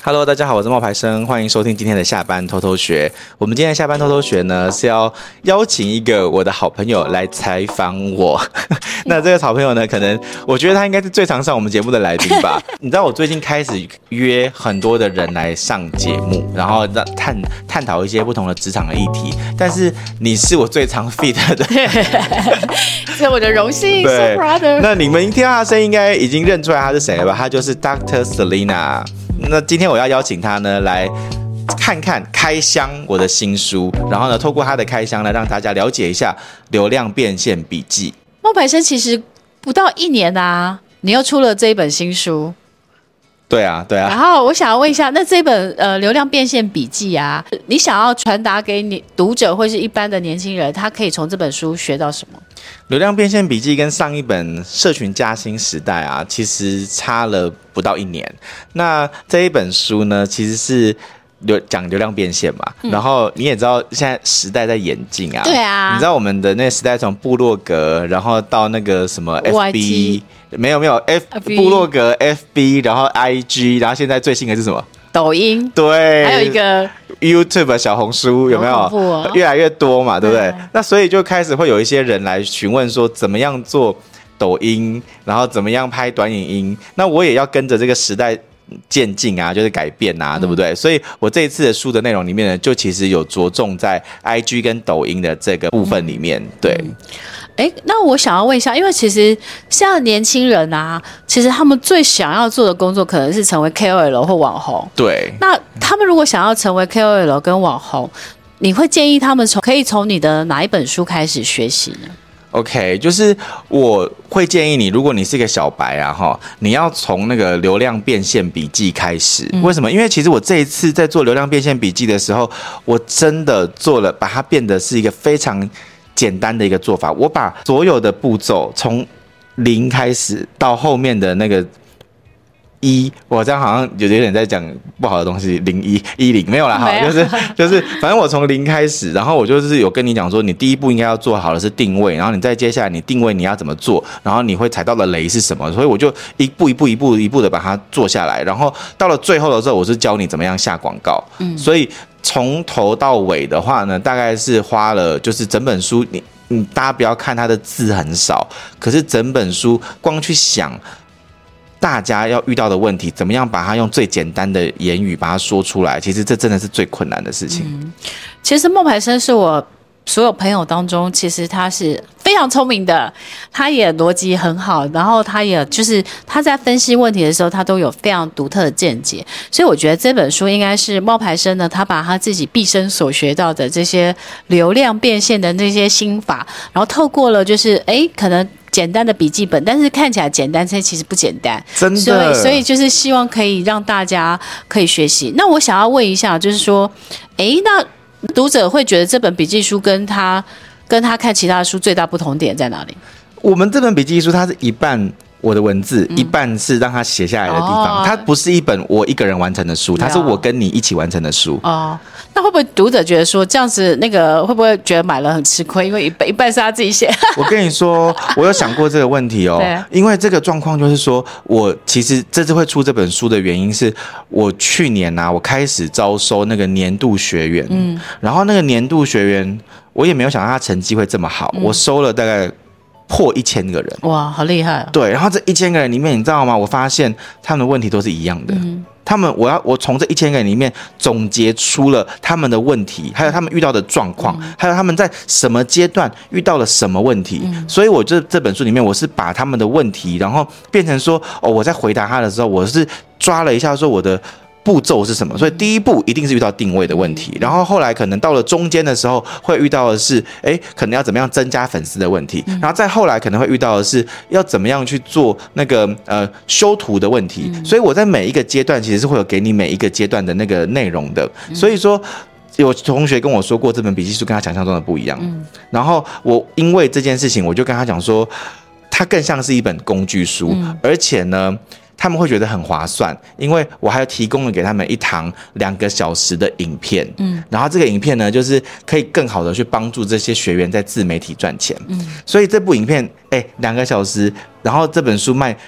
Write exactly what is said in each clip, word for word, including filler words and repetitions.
Hello， 大家好，我是冒牌生，欢迎收听今天的下班偷偷学。我们今天的下班偷偷学呢，是要邀请一个我的好朋友来采访我。那这个好朋友呢，可能我觉得他应该是最常上我们节目的来宾吧。你知道我最近开始约很多的人来上节目，然后探探讨一些不同的职场的议题，但是你是我最常 fit 的， 这是我的荣幸。 对 ，so brother。 那你们听到他的声音，应该已经认出来他是谁了吧？他就是 Doctor Selena。那今天我要邀请他呢来看看开箱我的新书，然后呢透过他的开箱呢让大家了解一下流量变现笔记。 冒牌生其实不到一年啊，你又出了这一本新书。 对啊，对啊。 然后我想要问一下，那这本呃流量变现笔记啊，你想要传达给你读者或是一般的年轻人，他可以从这本书学到什么？ 流量变现笔记跟上一本社群加薪时代啊，其实差了不到一年。那这一本书呢，其实是流讲流量变现嘛、嗯，然后你也知道现在时代在演进啊， 对啊， 你知道我们的那个时代从部落格，然后到那个什么 F B， 没有没有 F 部落格 F B， 然后 I G， 然后现在最新的是什么？ 抖音， 对， 还有一个 YouTube 小红书，有没有、 哦、 越来越多嘛，对不对？对，那所以就开始会有一些人来询问说，怎么样做抖音，然后怎么样拍短影音。那我也要跟着这个时代渐进啊，就是改变啊，嗯、对不对？所以我这一次的书的内容里面呢，就其实有着重在 I G 跟抖音的这个部分里面，对。嗯哎，那我想要问一下，因为其实现在的年轻人啊，其实他们最想要做的工作可能是成为 K O L 或网红。 对。 那他们如果想要成为 K O L 跟网红，你会建议他们从可以从你的哪一本书开始学习呢？ OK， 就是我会建议你，如果你是一个小白啊，哈，你要从那个流量变现笔记开始。嗯、为什么？因为其实我这一次在做流量变现笔记的时候，我真的做了，把它变得是一个非常简单的一个做法，我把所有的步骤从零开始到后面的那个一，我这样好像有点在讲不好的东西，零一一零没有啦，好，就是就是，反正我从零开始，然后我就是有跟你讲说，你第一步应该要做好的是定位，然后你再接下来你定位你要怎么做，然后你会踩到的雷是什么，所以我就一步一步一步一步的把它做下来，然后到了最后的时候，我是教你怎么样下广告，嗯，所以从头到尾的话呢，大概是花了，就是整本书你你大家不要看它的字很少，可是整本书光去想大家要遇到的问题，怎么样把它用最简单的言语把它说出来，其实这真的是最困难的事情。 嗯、其实冒牌生是我所有朋友当中，其实他是非常聪明的，他也逻辑很好，然后他也就是他在分析问题的时候，他都有非常独特的见解。所以我觉得这本书应该是冒牌生呢，他把他自己毕生所学到的这些流量变现的这些心法，然后透过了就是哎可能简单的笔记本，但是看起来简单，但其实不简单， 真的。 所以，所以就是希望可以让大家可以学习。那我想要问一下，就是说，哎，那读者会觉得这本笔记书跟他跟他看其他的书最大不同点在哪里？ 我们这本笔记书它是一半我的文字，嗯、一半是让他写下来的地方，哦、它不是一本我一个人完成的书，它是我跟你一起完成的书。 哦，那会不会读者觉得说这样子，那个会不会觉得买了很吃亏？因为一半一半是他自己写。 我跟你说，我有想过这个问题哦，因为这个状况就是说，我其实这次会出这本书的原因是，我去年啊，我开始招收那个年度学员，嗯，然后那个年度学员，我也没有想到他成绩会这么好，嗯、我收了大概破一千个人， 哇，好厉害、哦！ 对，然后这一千个人里面，你知道吗？我发现他们的问题都是一样的。嗯、他们，我要我从这一千个人里面总结出了他们的问题，还有他们遇到的状况，嗯、还有他们在什么阶段遇到了什么问题。嗯、所以，我这这本书里面，我是把他们的问题，然后变成说，哦，我在回答他的时候，我是抓了一下说我的步骤是什么？所以第一步一定是遇到定位的问题，然后后来可能到了中间的时候会遇到的是，哎，可能要怎么样增加粉丝的问题，然后再后来可能会遇到的是要怎么样去做那个呃修图的问题。所以我在每一个阶段其实是会有给你每一个阶段的那个内容的。所以说有同学跟我说过，这本笔记书跟他想象中的不一样。然后我因为这件事情，我就跟他讲说，它更像是一本工具书，而且呢，他们会觉得很划算，因为我还提供了给他们一堂两个小时的影片，嗯，然后这个影片呢，就是可以更好的去帮助这些学员在自媒体赚钱，嗯，所以这部影片，哎，两个小时，然后这本书卖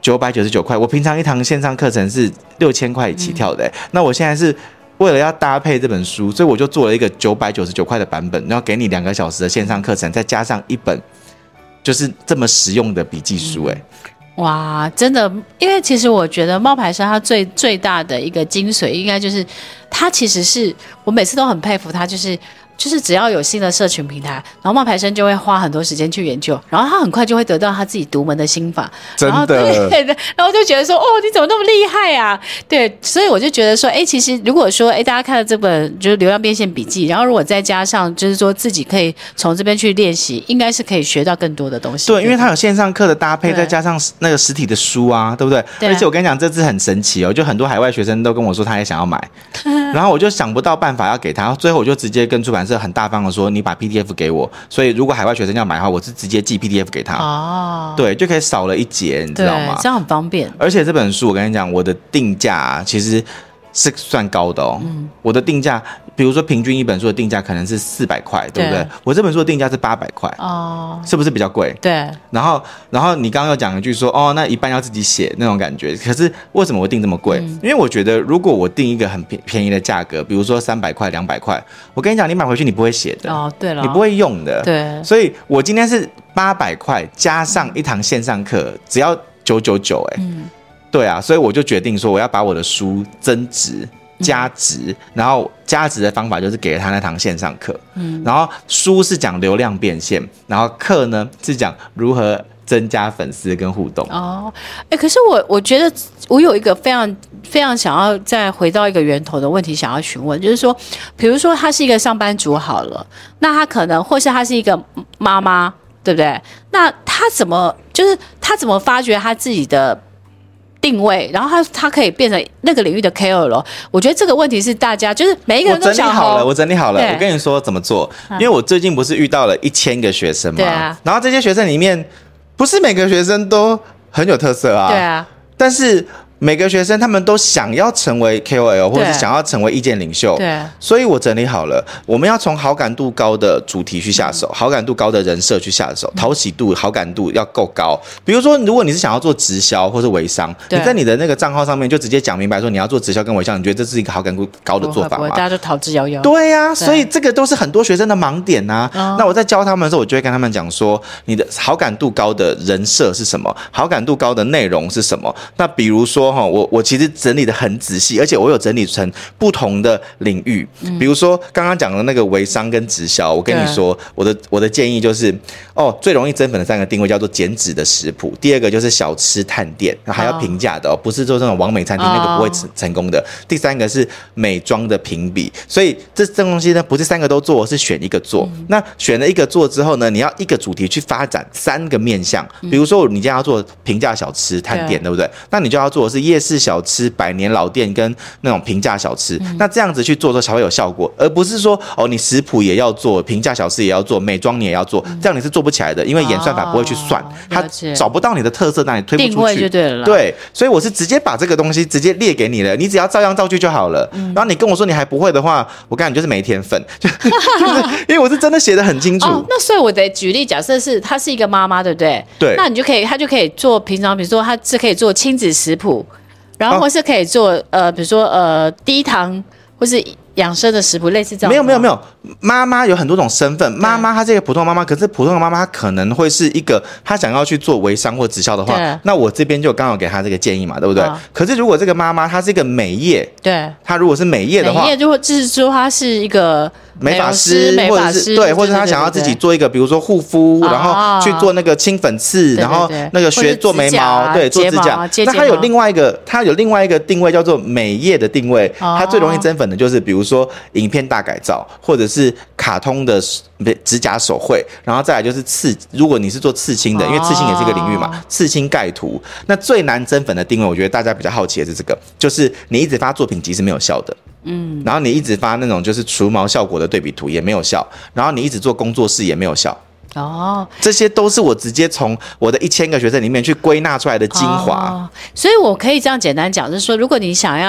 九百九十九块，我平常一堂线上课程是六千块起跳的、欸嗯，那我现在是为了要搭配这本书，所以我就做了一个九百九十九块的版本，然后给你两个小时的线上课程，再加上一本就是这么实用的笔记书、欸，哎、 嗯，哇，真的，因为其实我觉得冒牌生它最最大的一个精髓，应该就是它其实是我每次都很佩服它，就是就是只要有新的社群平台，然后冒牌生就会花很多时间去研究，然后他很快就会得到他自己独门的心法， 真的， 然后对，然后就觉得说，哦，你怎么那么厉害啊？对，所以我就觉得说，哎，其实如果说，哎，大家看了这本就是《流量变现笔记》，然后如果再加上就是说自己可以从这边去练习，应该是可以学到更多的东西。 对，因为它有线上课的搭配，再加上那个实体的书啊，对不对？对啊。而且我跟你讲，这次很神奇哦，就很多海外学生都跟我说他也想要买，然后我就想不到办法要给他，最后我就直接跟出版社很大方的说，你把 P D F 给我，所以如果海外学生要买的话，我是直接寄 P D F 给他。哦，对，就可以少了一节，你知道吗？ 这样很方便。 而且这本书我跟你讲，我的定价、啊、其实是算高的哦。嗯，我的定价，比如说平均一本书的定价可能是四百块，对不对？我这本书的定价是八百块，哦，是不是比较贵？ 对。 然后，然后你刚刚又讲一句说，哦，那一半要自己写那种感觉。可是为什么我定这么贵？嗯、因为我觉得，如果我定一个很便便宜的价格，比如说三百块、两百块，我跟你讲，你买回去你不会写的， 哦，对了， 你不会用的， 对。 所以我今天是八百块加上一堂线上课，只要九九九，哎，嗯，对啊，所以我就决定说，我要把我的书增值。加值，然后加值的方法就是给了他那堂线上课，嗯，然后书是讲流量变现，然后课呢是讲如何增加粉丝跟互动。 哦，哎，可是我我觉得我有一个非常非常想要再回到一个源头的问题，想要询问，就是说，比如说他是一个上班族好了，那他可能或是他是一个妈妈，对不对？那他怎么就是他怎么发掘他自己的定位，然后他他可以变成那个领域的 K O L， 我觉得这个问题是大家就是每一个人都想好了，我整理好了，我跟你说怎么做，因为我最近不是遇到了一千个学生嘛，对啊，然后这些学生里面不是每个学生都很有特色啊， 对啊， 但是每个学生他们都想要成为 K O L 或者是想要成为意见领袖， 对， 所以我整理好了，我们要从好感度高的主题去下手，嗯、好感度高的人设去下手，讨喜度、好感度要够高。比如说，如果你是想要做直销或是微商，你在你的那个账号上面就直接讲明白说你要做直销跟微商，你觉得这是一个好感度高的做法吗？ 大家都逃之夭夭。 对呀、啊，所以这个都是很多学生的盲点啊。哦、那我在教他们的时候，我就会跟他们讲说，你的好感度高的人设是什么？好感度高的内容是什么？那比如说哈，我我其实整理的很仔细，而且我有整理成不同的领域，嗯、比如说刚刚讲的那个微商跟直销，我跟你说，我的我的建议就是，哦，最容易增粉的三个定位叫做减脂的食谱，第二个就是小吃探店，还要平价的哦，不是做这种完美餐厅，那个不会成成功的。第三个是美妆的评比，所以这这东西呢，不是三个都做，是选一个做。嗯、那选了一个做之后呢，你要一个主题去发展三个面向，比如说你今天要做平价小吃探店，对不对？那你就要做的是夜市小吃、百年老店跟那种平价小吃，嗯、那这样子去做之后才会有效果，而不是说哦，你食谱也要做，平价小吃也要做，美妆你也要做，嗯、这样你是做不起来的，因为演算法不会去算，它、哦、找不到你的特色，那你推不出去， 定位就对了。 对，所以我是直接把这个东西直接列给你了，你只要照样造句就好了。嗯、然后你跟我说你还不会的话，我跟你就是没天分，就就是因为我是真的写得很清楚。 哦，那所以我得举例，假设是她是一个妈妈，对不对？ 对， 那你就可以，她就可以做平常，比如说她是可以做亲子食谱。然后或是可以做、哦、呃，比如说呃低糖或是养生的食谱，类似这样。 没有没有没有，妈妈有很多种身份。妈妈她是一个普通的妈妈，可是普通的妈妈她可能会是一个，她想要去做微商或直销的话，那我这边就刚好给她这个建议嘛，对不对？哦、可是如果这个妈妈她是一个美业， 对， 她如果是美业的话， 美业就就是说她是一个美发师，或者是对，或者她想要自己做一个，比如说护肤，然后去做那个清粉刺，然后那个学做眉毛，对，做指甲。那她有另外一个，她有另外一个定位叫做美业的定位，她最容易增粉的就是比如。比如说影片大改造，或者是卡通的指甲手绘，然后再来就是刺。如果你是做刺青的，因为刺青也是一个领域嘛，哦、刺青盖图。那最难增粉的定位，我觉得大家比较好奇的是这个，就是你一直发作品集是没有效的，嗯，然后你一直发那种就是除毛效果的对比图也没有效，然后你一直做工作室也没有效。哦，这些都是我直接从我的一千个学生里面去归纳出来的精华。 哦，所以我可以这样简单讲，就是说，如果你想要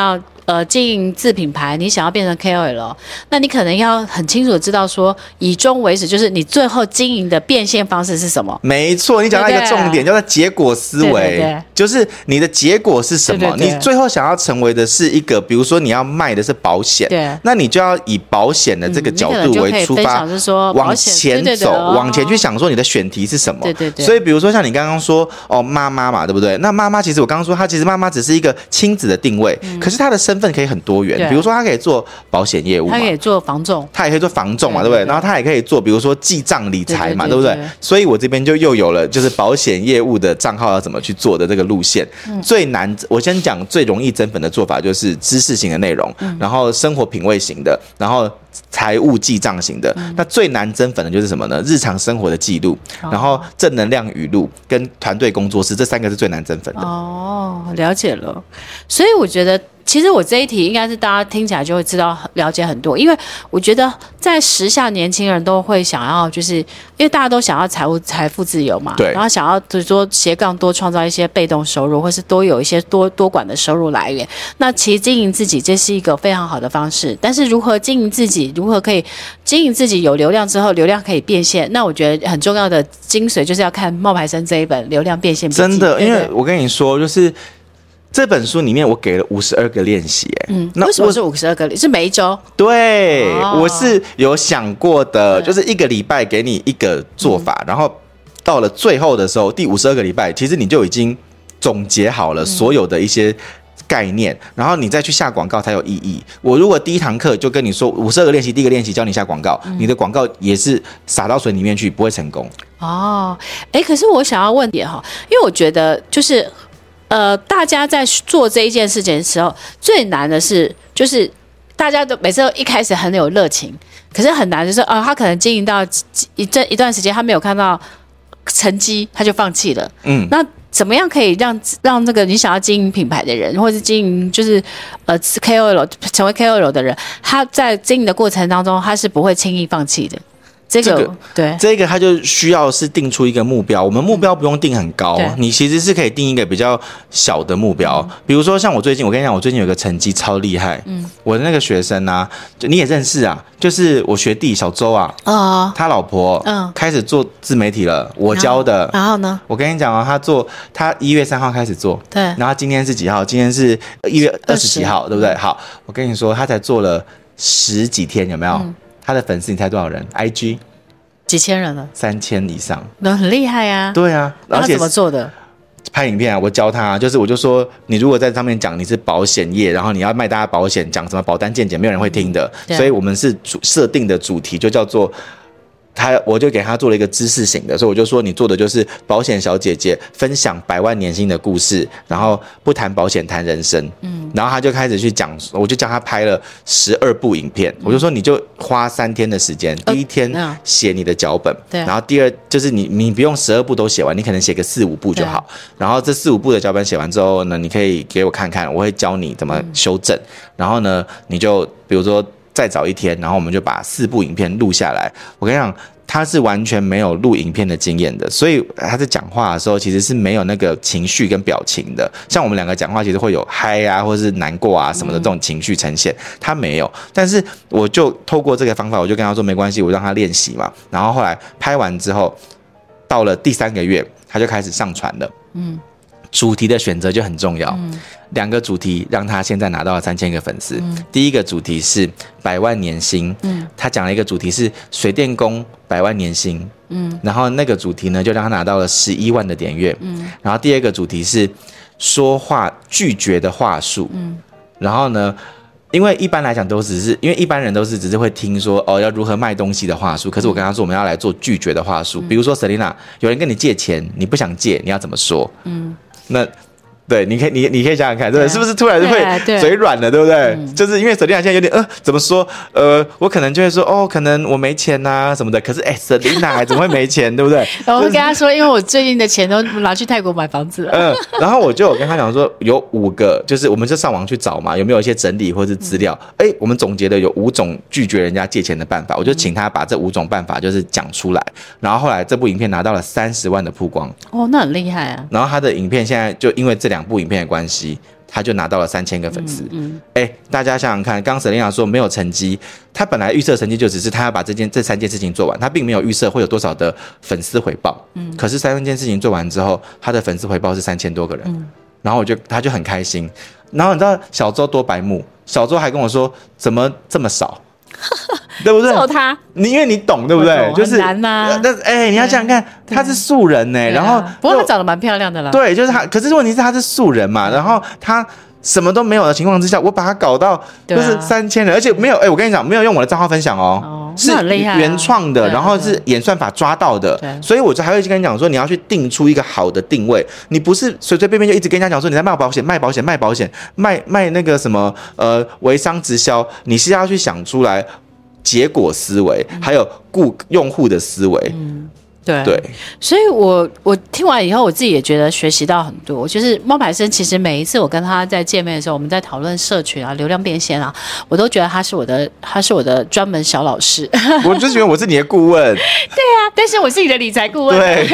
呃经营自品牌，你想要变成 K O L， 那你可能要很清楚的知道说以终为始，就是你最后经营的变现方式是什么。 没错，你讲到一个重点，叫做结果思维， 对对对， 就是你的结果是什么？ 对对对， 你最后想要成为的是一个，比如说你要卖的是保险， 对， 那你就要以保险的这个角度为出发， 嗯、说往前走， 对对对哦、 往前去想说你的选题是什么。 对对对。 所以比如说像你刚刚说哦妈妈嘛，对不对？那妈妈其实我刚刚说她其实妈妈只是一个亲子的定位，嗯、可是她的身份可以很多元，比如说她可以做保险业务嘛， 她可以做房仲， 她也可以做房仲嘛，对不对？然后她也可以做比如说记账理财嘛， 对, 对, 对, 对, 对, 对不对？所以我这边就又有了就是保险业务的账号要怎么去做的这个路线。嗯、最难，我先讲最容易增粉的做法就是知识型的内容，嗯、然后生活品味型的，然后财务记账型的。嗯、那最难增粉的就是什么呢？日常生活的记录，哦、然后正能量语录跟团队工作室，这三个是最难增粉的。 哦，了解了。所以我觉得其实我这一题应该是大家听起来就会知道了解很多，因为我觉得在时下年轻人都会想要，就是因为大家都想要财务财富自由嘛， 对， 然后想要就是说斜杠多创造一些被动收入，或是多有一些多多管的收入来源。那其实经营自己这是一个非常好的方式，但是如何经营自己，如何可以经营自己有流量之后，流量可以变现，那我觉得很重要的精髓就是要看冒牌生这一本《流量变现笔记》。 真的，因为我跟你说，就是这本书里面我给了五十二个练习， 嗯，那为什么是五十二个？是每一周？ 对，哦、我是有想过的，就是一个礼拜给你一个做法，嗯、然后到了最后的时候，第五十二个礼拜，其实你就已经总结好了所有的一些概念，嗯、然后你再去下广告才有意义。我如果第一堂课就跟你说五十二个练习，第一个练习教你下广告，嗯、你的广告也是撒到水里面去，不会成功。 哦，哎，可是我想要问点哈，因为我觉得就是。呃，大家在做这一件事情的时候，最难的是，就是大家都每次都一开始很有热情，可是很难就是啊、哦，他可能经营到一阵一段时间，他没有看到成绩，他就放弃了。嗯，那怎么样可以让让那个你想要经营品牌的人，或是经营就是呃 K O L 成为 K O L 的人，他在经营的过程当中，他是不会轻易放弃的。这个、这个、对， 这个他就需要是定出一个目标。我们目标不用定很高，嗯、你其实是可以定一个比较小的目标。嗯、比如说像我最近，我跟你讲，我最近有个成绩超厉害。嗯，我的那个学生啊，就你也认识啊，就是我学弟小周啊，哦，他老婆嗯开始做自媒体了，我教的。 然后, 然后呢？ 我跟你讲啊，他做他一月三号开始做， 对， 然后今天是几号？今天是一月二十几号，对不对？好，我跟你说，他才做了十几天，有没有？嗯、他的粉丝你猜多少人 ？I G。 几千人了， 三千以上， 那很厉害啊。 对啊， 而且他怎么做的？ 拍影片啊，我教他，就是我就说，你如果在上面讲你是保险业，然后你要卖大家保险，讲什么保单健检，没有人会听的。嗯、所以我们是主设定的主题就叫做。他我就给他做了一个知识型的，所以我就说你做的就是保险小姐姐分享百万年薪的故事，然后不谈保险谈人生，嗯，然后他就开始去讲，我就叫他拍了十二部影片，嗯、我就说你就花三天的时间，第一天写你的脚本，对、呃，然后第二就是你你不用十二部都写完，你可能写个四五部就好，然后这四五部的脚本写完之后呢，你可以给我看看，我会教你怎么修正，嗯、然后呢，你就比如说。再找一天，然后我们就把四部影片录下来。我跟你讲，他是完全没有录影片的经验的，所以他在讲话的时候其实是没有那个情绪跟表情的。像我们两个讲话，其实会有嗨啊，或是难过啊什么的这种情绪呈现，他没有。但是我就透过这个方法，我就跟他说没关系，我让他练习嘛。然后后来拍完之后，到了第三个月，他就开始上传了。嗯。主题的选择就很重要，嗯、两个主题让他现在拿到了三千个粉丝。嗯、第一个主题是百万年薪，嗯、他讲了一个主题是水电工百万年薪，嗯、然后那个主题呢就让他拿到了十一万的点阅。嗯、然后第二个主题是说话拒绝的话术，嗯、然后呢。因为一般来讲都只是，因为一般人都是只是会听说哦要如何卖东西的话术，可是我跟他说我们要来做拒绝的话术，嗯、比如说 Selina， 有人跟你借钱，你不想借，你要怎么说？嗯，那对，你可以你你可以想想看，对不对？是不是突然就会嘴软了，对不对？嗯、就是因为 Selina 现在有点呃怎么说？呃，我可能就会说哦，可能我没钱呐、啊、什么的。可是哎 ，Selina 怎么会没钱，对不对？ 然后我会跟他说，因为我最近的钱都拿去泰国买房子了。 嗯，然后我就有跟他讲说，有五个，就是我们就上网去找嘛，有没有一些整理或是资料？哎、嗯，我们总结的有五种拒绝人家借钱的办法，我就请他把这五种办法就是讲出来。然后后来这部影片拿到了三十万的曝光。 哦，那很厉害啊！ 然后他的影片现在就因为这两部影片的关系。 他就拿到了三千个粉丝。嗯，哎、嗯，大家想想看，刚 Selina 说没有成绩，他本来预设成绩就只是他要把这件这三件事情做完，他并没有预设会有多少的粉丝回报。嗯，可是三件事情做完之后，他的粉丝回报是三千多个人。嗯，然后我就他就很开心。然后你知道小周多白目，小周还跟我说怎么这么少。对不对？ 揍他， 你因为你懂，对不对？就是很难啊。 但是哎，你要想想看，他是素人呢、欸，然后不过他长得蛮漂亮的啦。 对，就是他。可是问题是他是素人嘛，然后他什么都没有的情况之下，我把他搞到就是三千人，而且没有哎，我跟你讲，没有用我的账号分享哦。哦是原创的，然后是演算法抓到的，所以我就还会跟你讲说，你要去定出一个好的定位，你不是随随便便就一直跟人家讲说你在卖保险、卖保险、卖保险、卖卖那个什么呃微商直销，你是要去想出来结果思维，还有顾用户的思维。嗯对对， 所以我我听完以后，我自己也觉得学习到很多。就是冒牌生，其实每一次我跟他在见面的时候，我们在讨论社群啊、流量变现啊，我都觉得他是我的，他是我的专门小老师。 我就觉得我是你的顾问。对啊，但是我是你的理财顾问。 对，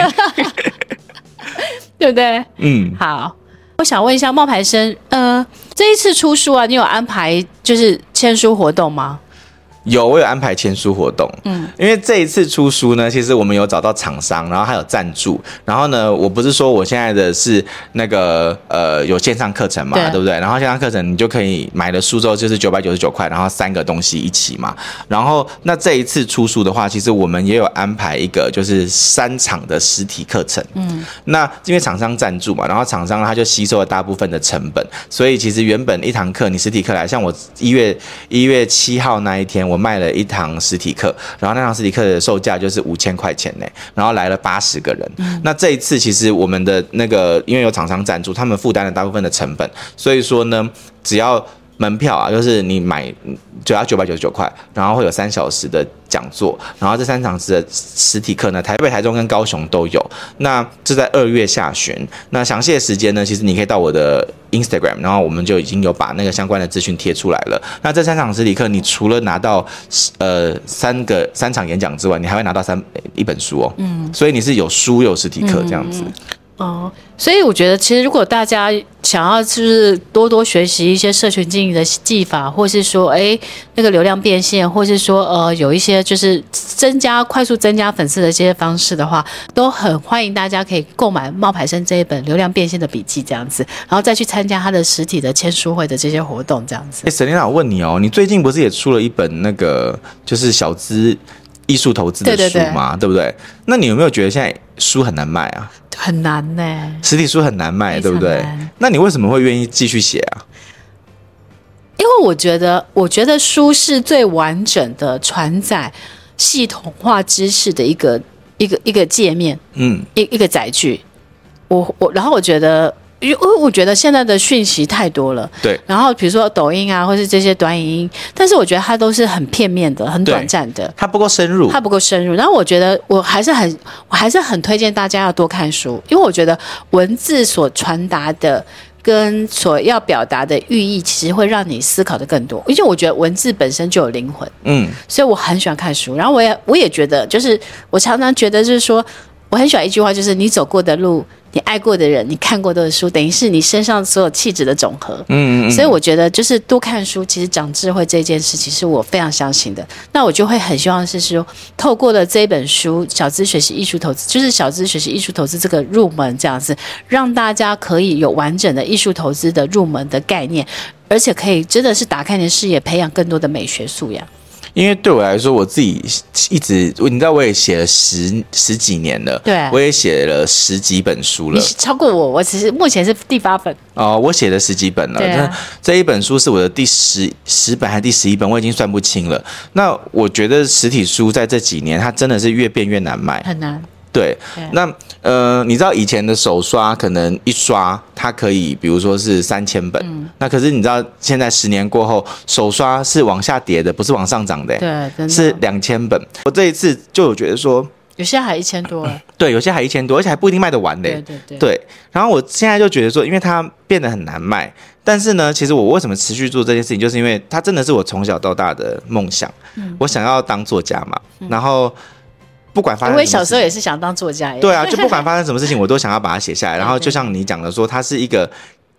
对不对？嗯，好。我想问一下冒牌生，呃，这一次出书啊，你有安排就是签书活动吗？ 有，我有安排签书活动。嗯，因为这一次出书呢，其实我们有找到厂商，然后还有赞助。然后呢，我不是说我现在的是那个呃有线上课程嘛， 对, 对不对？然后线上课程你就可以买了书之后就是九百九十九块，然后三个东西一起嘛。然后那这一次出书的话，其实我们也有安排一个就是三场的实体课程。嗯，那因为厂商赞助嘛，然后厂商他就吸收了大部分的成本，所以其实原本一堂课你实体课来，像我一月一月七号那一天我卖了一堂实体课，然后那堂实体课的售价就是五千块钱呢，然后来了八十个人。嗯、那这一次其实我们的那个因为有厂商赞助，他们负担了大部分的成本，所以说呢，只要门票啊，就是你买就要九百九十九块，然后会有三小时的讲座，然后这三场的实体课呢，台北、台中跟高雄都有。那这在二月下旬，那详细的时间呢，其实你可以到我的 Instagram， 然后我们就已经有把那个相关的资讯贴出来了。那这三场实体课，你除了拿到呃三个三场演讲之外，你还会拿到三一本书哦。嗯，所以你是有书又有实体课这样子。嗯哦，所以我觉得，其实如果大家想要就是多多学习一些社群经营的技法，或是说，哎，那个流量变现，或是说，呃，有一些就是增加快速增加粉丝的这些方式的话，都很欢迎大家可以购买冒牌生这一本流量变现的笔记，这样子，然后再去参加他的实体的签书会的这些活动，这样子。 哎，Selina，我问你哦，你最近不是也出了一本那个就是小资艺术投资的书吗？ 对, 对, 对, 对不对？那你有没有觉得现在书很难卖啊？ 很难呢、欸， 实体书很难卖，对不对？那你为什么会愿意继续写啊？ 因为我觉得，我觉得书是最完整的传载系统化知识的一个一个一个界面，嗯，一一个载具。我我，然后我觉得。因为我觉得现在的讯息太多了， 对。 然后比如说抖音啊，或是这些短影音，但是我觉得它都是很片面的、很短暂的， 它不够深入， 它不够深入。然后我觉得我还是很，我还是很推荐大家要多看书，因为我觉得文字所传达的跟所要表达的寓意，其实会让你思考的更多。因为我觉得文字本身就有灵魂，嗯，所以我很喜欢看书。然后我也我也觉得，就是我常常觉得，就是说，我很喜欢一句话，就是你走过的路。你爱过的人，你看过的书，等于是你身上所有气质的总和。嗯, 嗯, 嗯，所以我觉得就是多看书，其实长智慧这件事情是我非常相信的。那我就会很希望是说，透过了这一本书《小资学习艺术投资》，就是小资学习艺术投资这个入门这样子，让大家可以有完整的艺术投资的入门的概念，而且可以真的是打开你的视野，培养更多的美学素养。 因为对我来说，我自己一直，你知道，我也写了十十几年了， 对， 我也写了十几本书了。 你超过我，我其实目前是第八本。 哦，我写了十几本了。啊、这一本书是我的第十十本还是第十一本，我已经算不清了。那我觉得实体书在这几年，它真的是越变越难卖， 很难。 对，那呃，你知道以前的手刷可能一刷它可以，比如说是三千本、嗯，那可是你知道现在十年过后，手刷是往下跌的，不是往上涨的， 对，真的是两千本。我这一次就有觉得说， 有些还一千多了、嗯， 对，有些还一千多，而且还不一定卖得完的， 对对对。 对，然后我现在就觉得说，因为它变得很难卖，但是呢，其实我为什么持续做这件事情，就是因为它真的是我从小到大的梦想，嗯、我想要当作家嘛，嗯、然后。不管发生什么事， 我小时候也是想当作家耶。 对啊，就不管发生什么事情，我都想要把它写下来。然后就像你讲的说，它是一个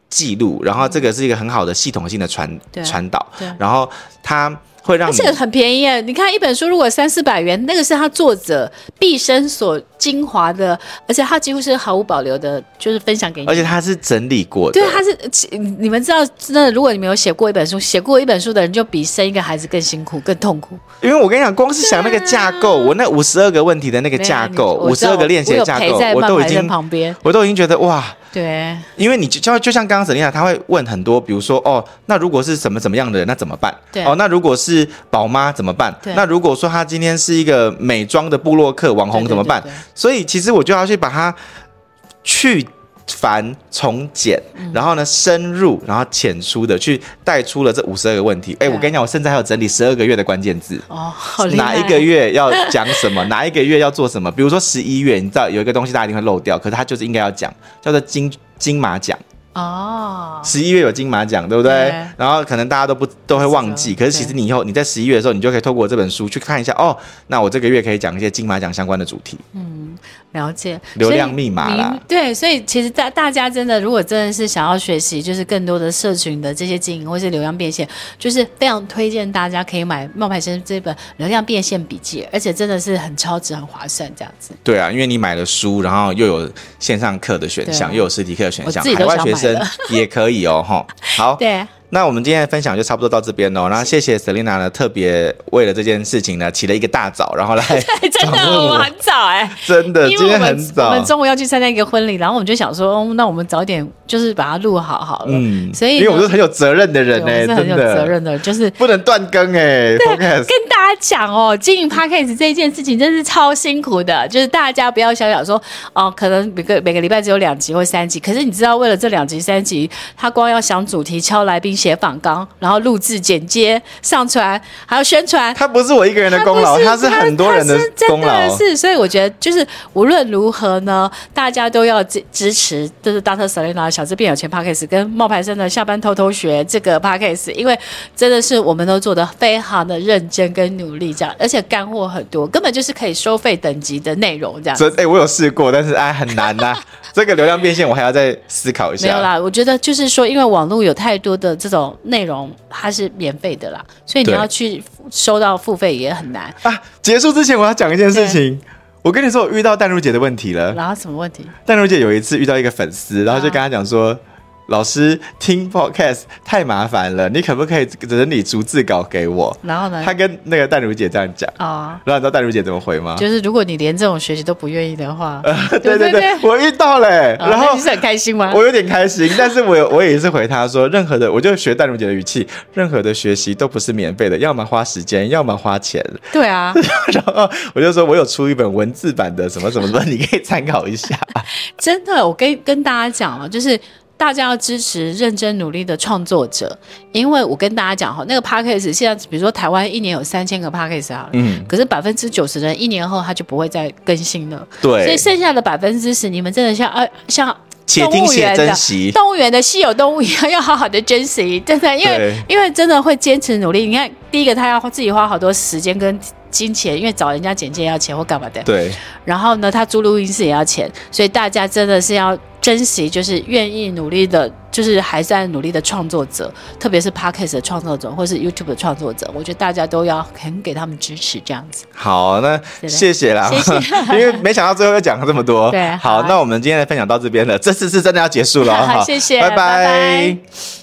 记录，然后这个是一个很好的系统性的传传导，然后它会让你， 而且很便宜耶！你看一本书如果三四百元，那个是他作者毕生所精华的，而且他几乎是毫无保留的，就是分享给你。 而且他是整理过的， 对，他是你们知道，真的，如果你们有写过一本书，写过一本书的人，就比生一个孩子更辛苦、更痛苦。 因为我跟你讲，光是想那个架构，啊、我那五十二个问题的那个架构，五十二个练习的架构，我都已经旁边， 我都已经觉得哇。 对， 因为你就就像刚刚Selina，他会问很多，比如说哦，那如果是什么怎么样的人，那怎么办？ 对， 哦，那如果是宝妈怎么办？那如果说他今天是一个美妆的部落客网红怎么办？对对对对，所以其实我就要去把它去繁从简，嗯、然后呢深入，然后浅出的去带出了这五十二个问题。哎，我跟你讲，我甚至还有整理十二个月的关键字哦，好厉害！ 哪一个月要讲什么？哪一个月要做什么？比如说十一月，你知道有一个东西大家一定会漏掉，可是它就是应该要讲，叫做金金马奖。哦，十一月有金马奖，对不对？对，然后可能大家都不都会忘记，可是其实你以后你在十一月的时候，你就可以透过这本书去看一下，哦，那我这个月可以讲一些金马奖相关的主题。嗯， 了解。 流量密码啦， 对，所以其实大大家真的，如果真的是想要学习，就是更多的社群的这些经营或是流量变现，就是非常推荐大家可以买冒牌生这本流量变现笔记，而且真的是很超值、很划算这样子。 对啊，因为你买了书，然后又有线上课的选项，又有实体课的选项，海外学生也可以哦，哈。好， 对。 那我们今天的分享就差不多到这边哦，然后谢谢 Selina 呢，特别为了这件事情呢起了一个大早，然后来真的我很早哎、欸， 真的今天很早， 我们中午要去参加一个婚礼，然后我们就想说，哦、那我们早点就是把它录好好了，嗯，所以因为我们是很有责任的人哎、欸， 是很有责任的，就是不能断更哎、欸， 对，跟大家讲哦，经营 Podcast 这件事情真是超辛苦的，就是大家不要想想说哦，可能每个每个礼拜只有两集或三集，可是你知道为了这两集三集，他光要想主题、敲来宾、写访纲。然后录制、剪接、上传，还有宣传， 它不是我一个人的功劳，它是很多人的功劳。 是，所以我觉得就是无论如何呢，大家都要支持，就是 Doctor Selina 小资变有钱 Podcast 跟冒牌生的下班偷偷学这个 Podcast， 因为真的是我们都做得非常的认真跟努力，这样，而且干货很多，根本就是可以收费等级的内容这样。 哎、欸，我有试过，但是哎很难呐、啊。这个流量变现我还要再思考一下。 没有啦，我觉得就是说，因为网络有太多的这种内容，它是免费的啦，所以你要去收到付费也很难啊。结束之前我要讲一件事情，我跟你说，我遇到淡如姐的问题了。 然后什么问题？ 淡如姐有一次遇到一个粉丝，然后就跟他讲说。啊老师听 podcast 太麻烦了，你可不可以整理逐字稿给我？ 然后呢？ 他跟那个淡如姐这样讲啊、哦，然后你知道淡如姐怎么回吗？ 就是如果你连这种学习都不愿意的话， 呃、对对 对, 对，我遇到了、欸哦，然后你是很开心吗？ 我有点开心，但是我我也是回他说，任何的我就学淡如姐的语气，任何的学习都不是免费的，要么花时间，要么花钱。 对啊， 然后我就说我有出一本文字版的什么什么的，你可以参考一下。 真的，我跟跟大家讲了，就是。大家要支持认真努力的创作者，因为我跟大家讲哈，那个 podcast 现在比如说台湾一年有三千个 podcast 好了，嗯，可是百分之九十的人一年后他就不会再更新了， 对， 所以剩下的百分之十，你们真的像呃像且听且珍惜， 动物园的稀有动物一样，要好好的珍惜，真的，因为因为真的会坚持努力。你看，第一个他要自己花好多时间跟金钱，因为找人家剪接要钱或干嘛的， 对。 然后呢，他租录音室也要钱，所以大家真的是要珍惜，就是愿意努力的，就是还在努力的创作者，特别是 Podcast 的创作者或是 YouTube 的创作者，我觉得大家都要很给他们支持，这样子。 好，那谢谢啦，谢谢因为没想到最后又讲了这么多。 对， 好，好那我们今天的分享到这边了，这次是真的要结束了，好， 谢谢， 拜拜。拜拜。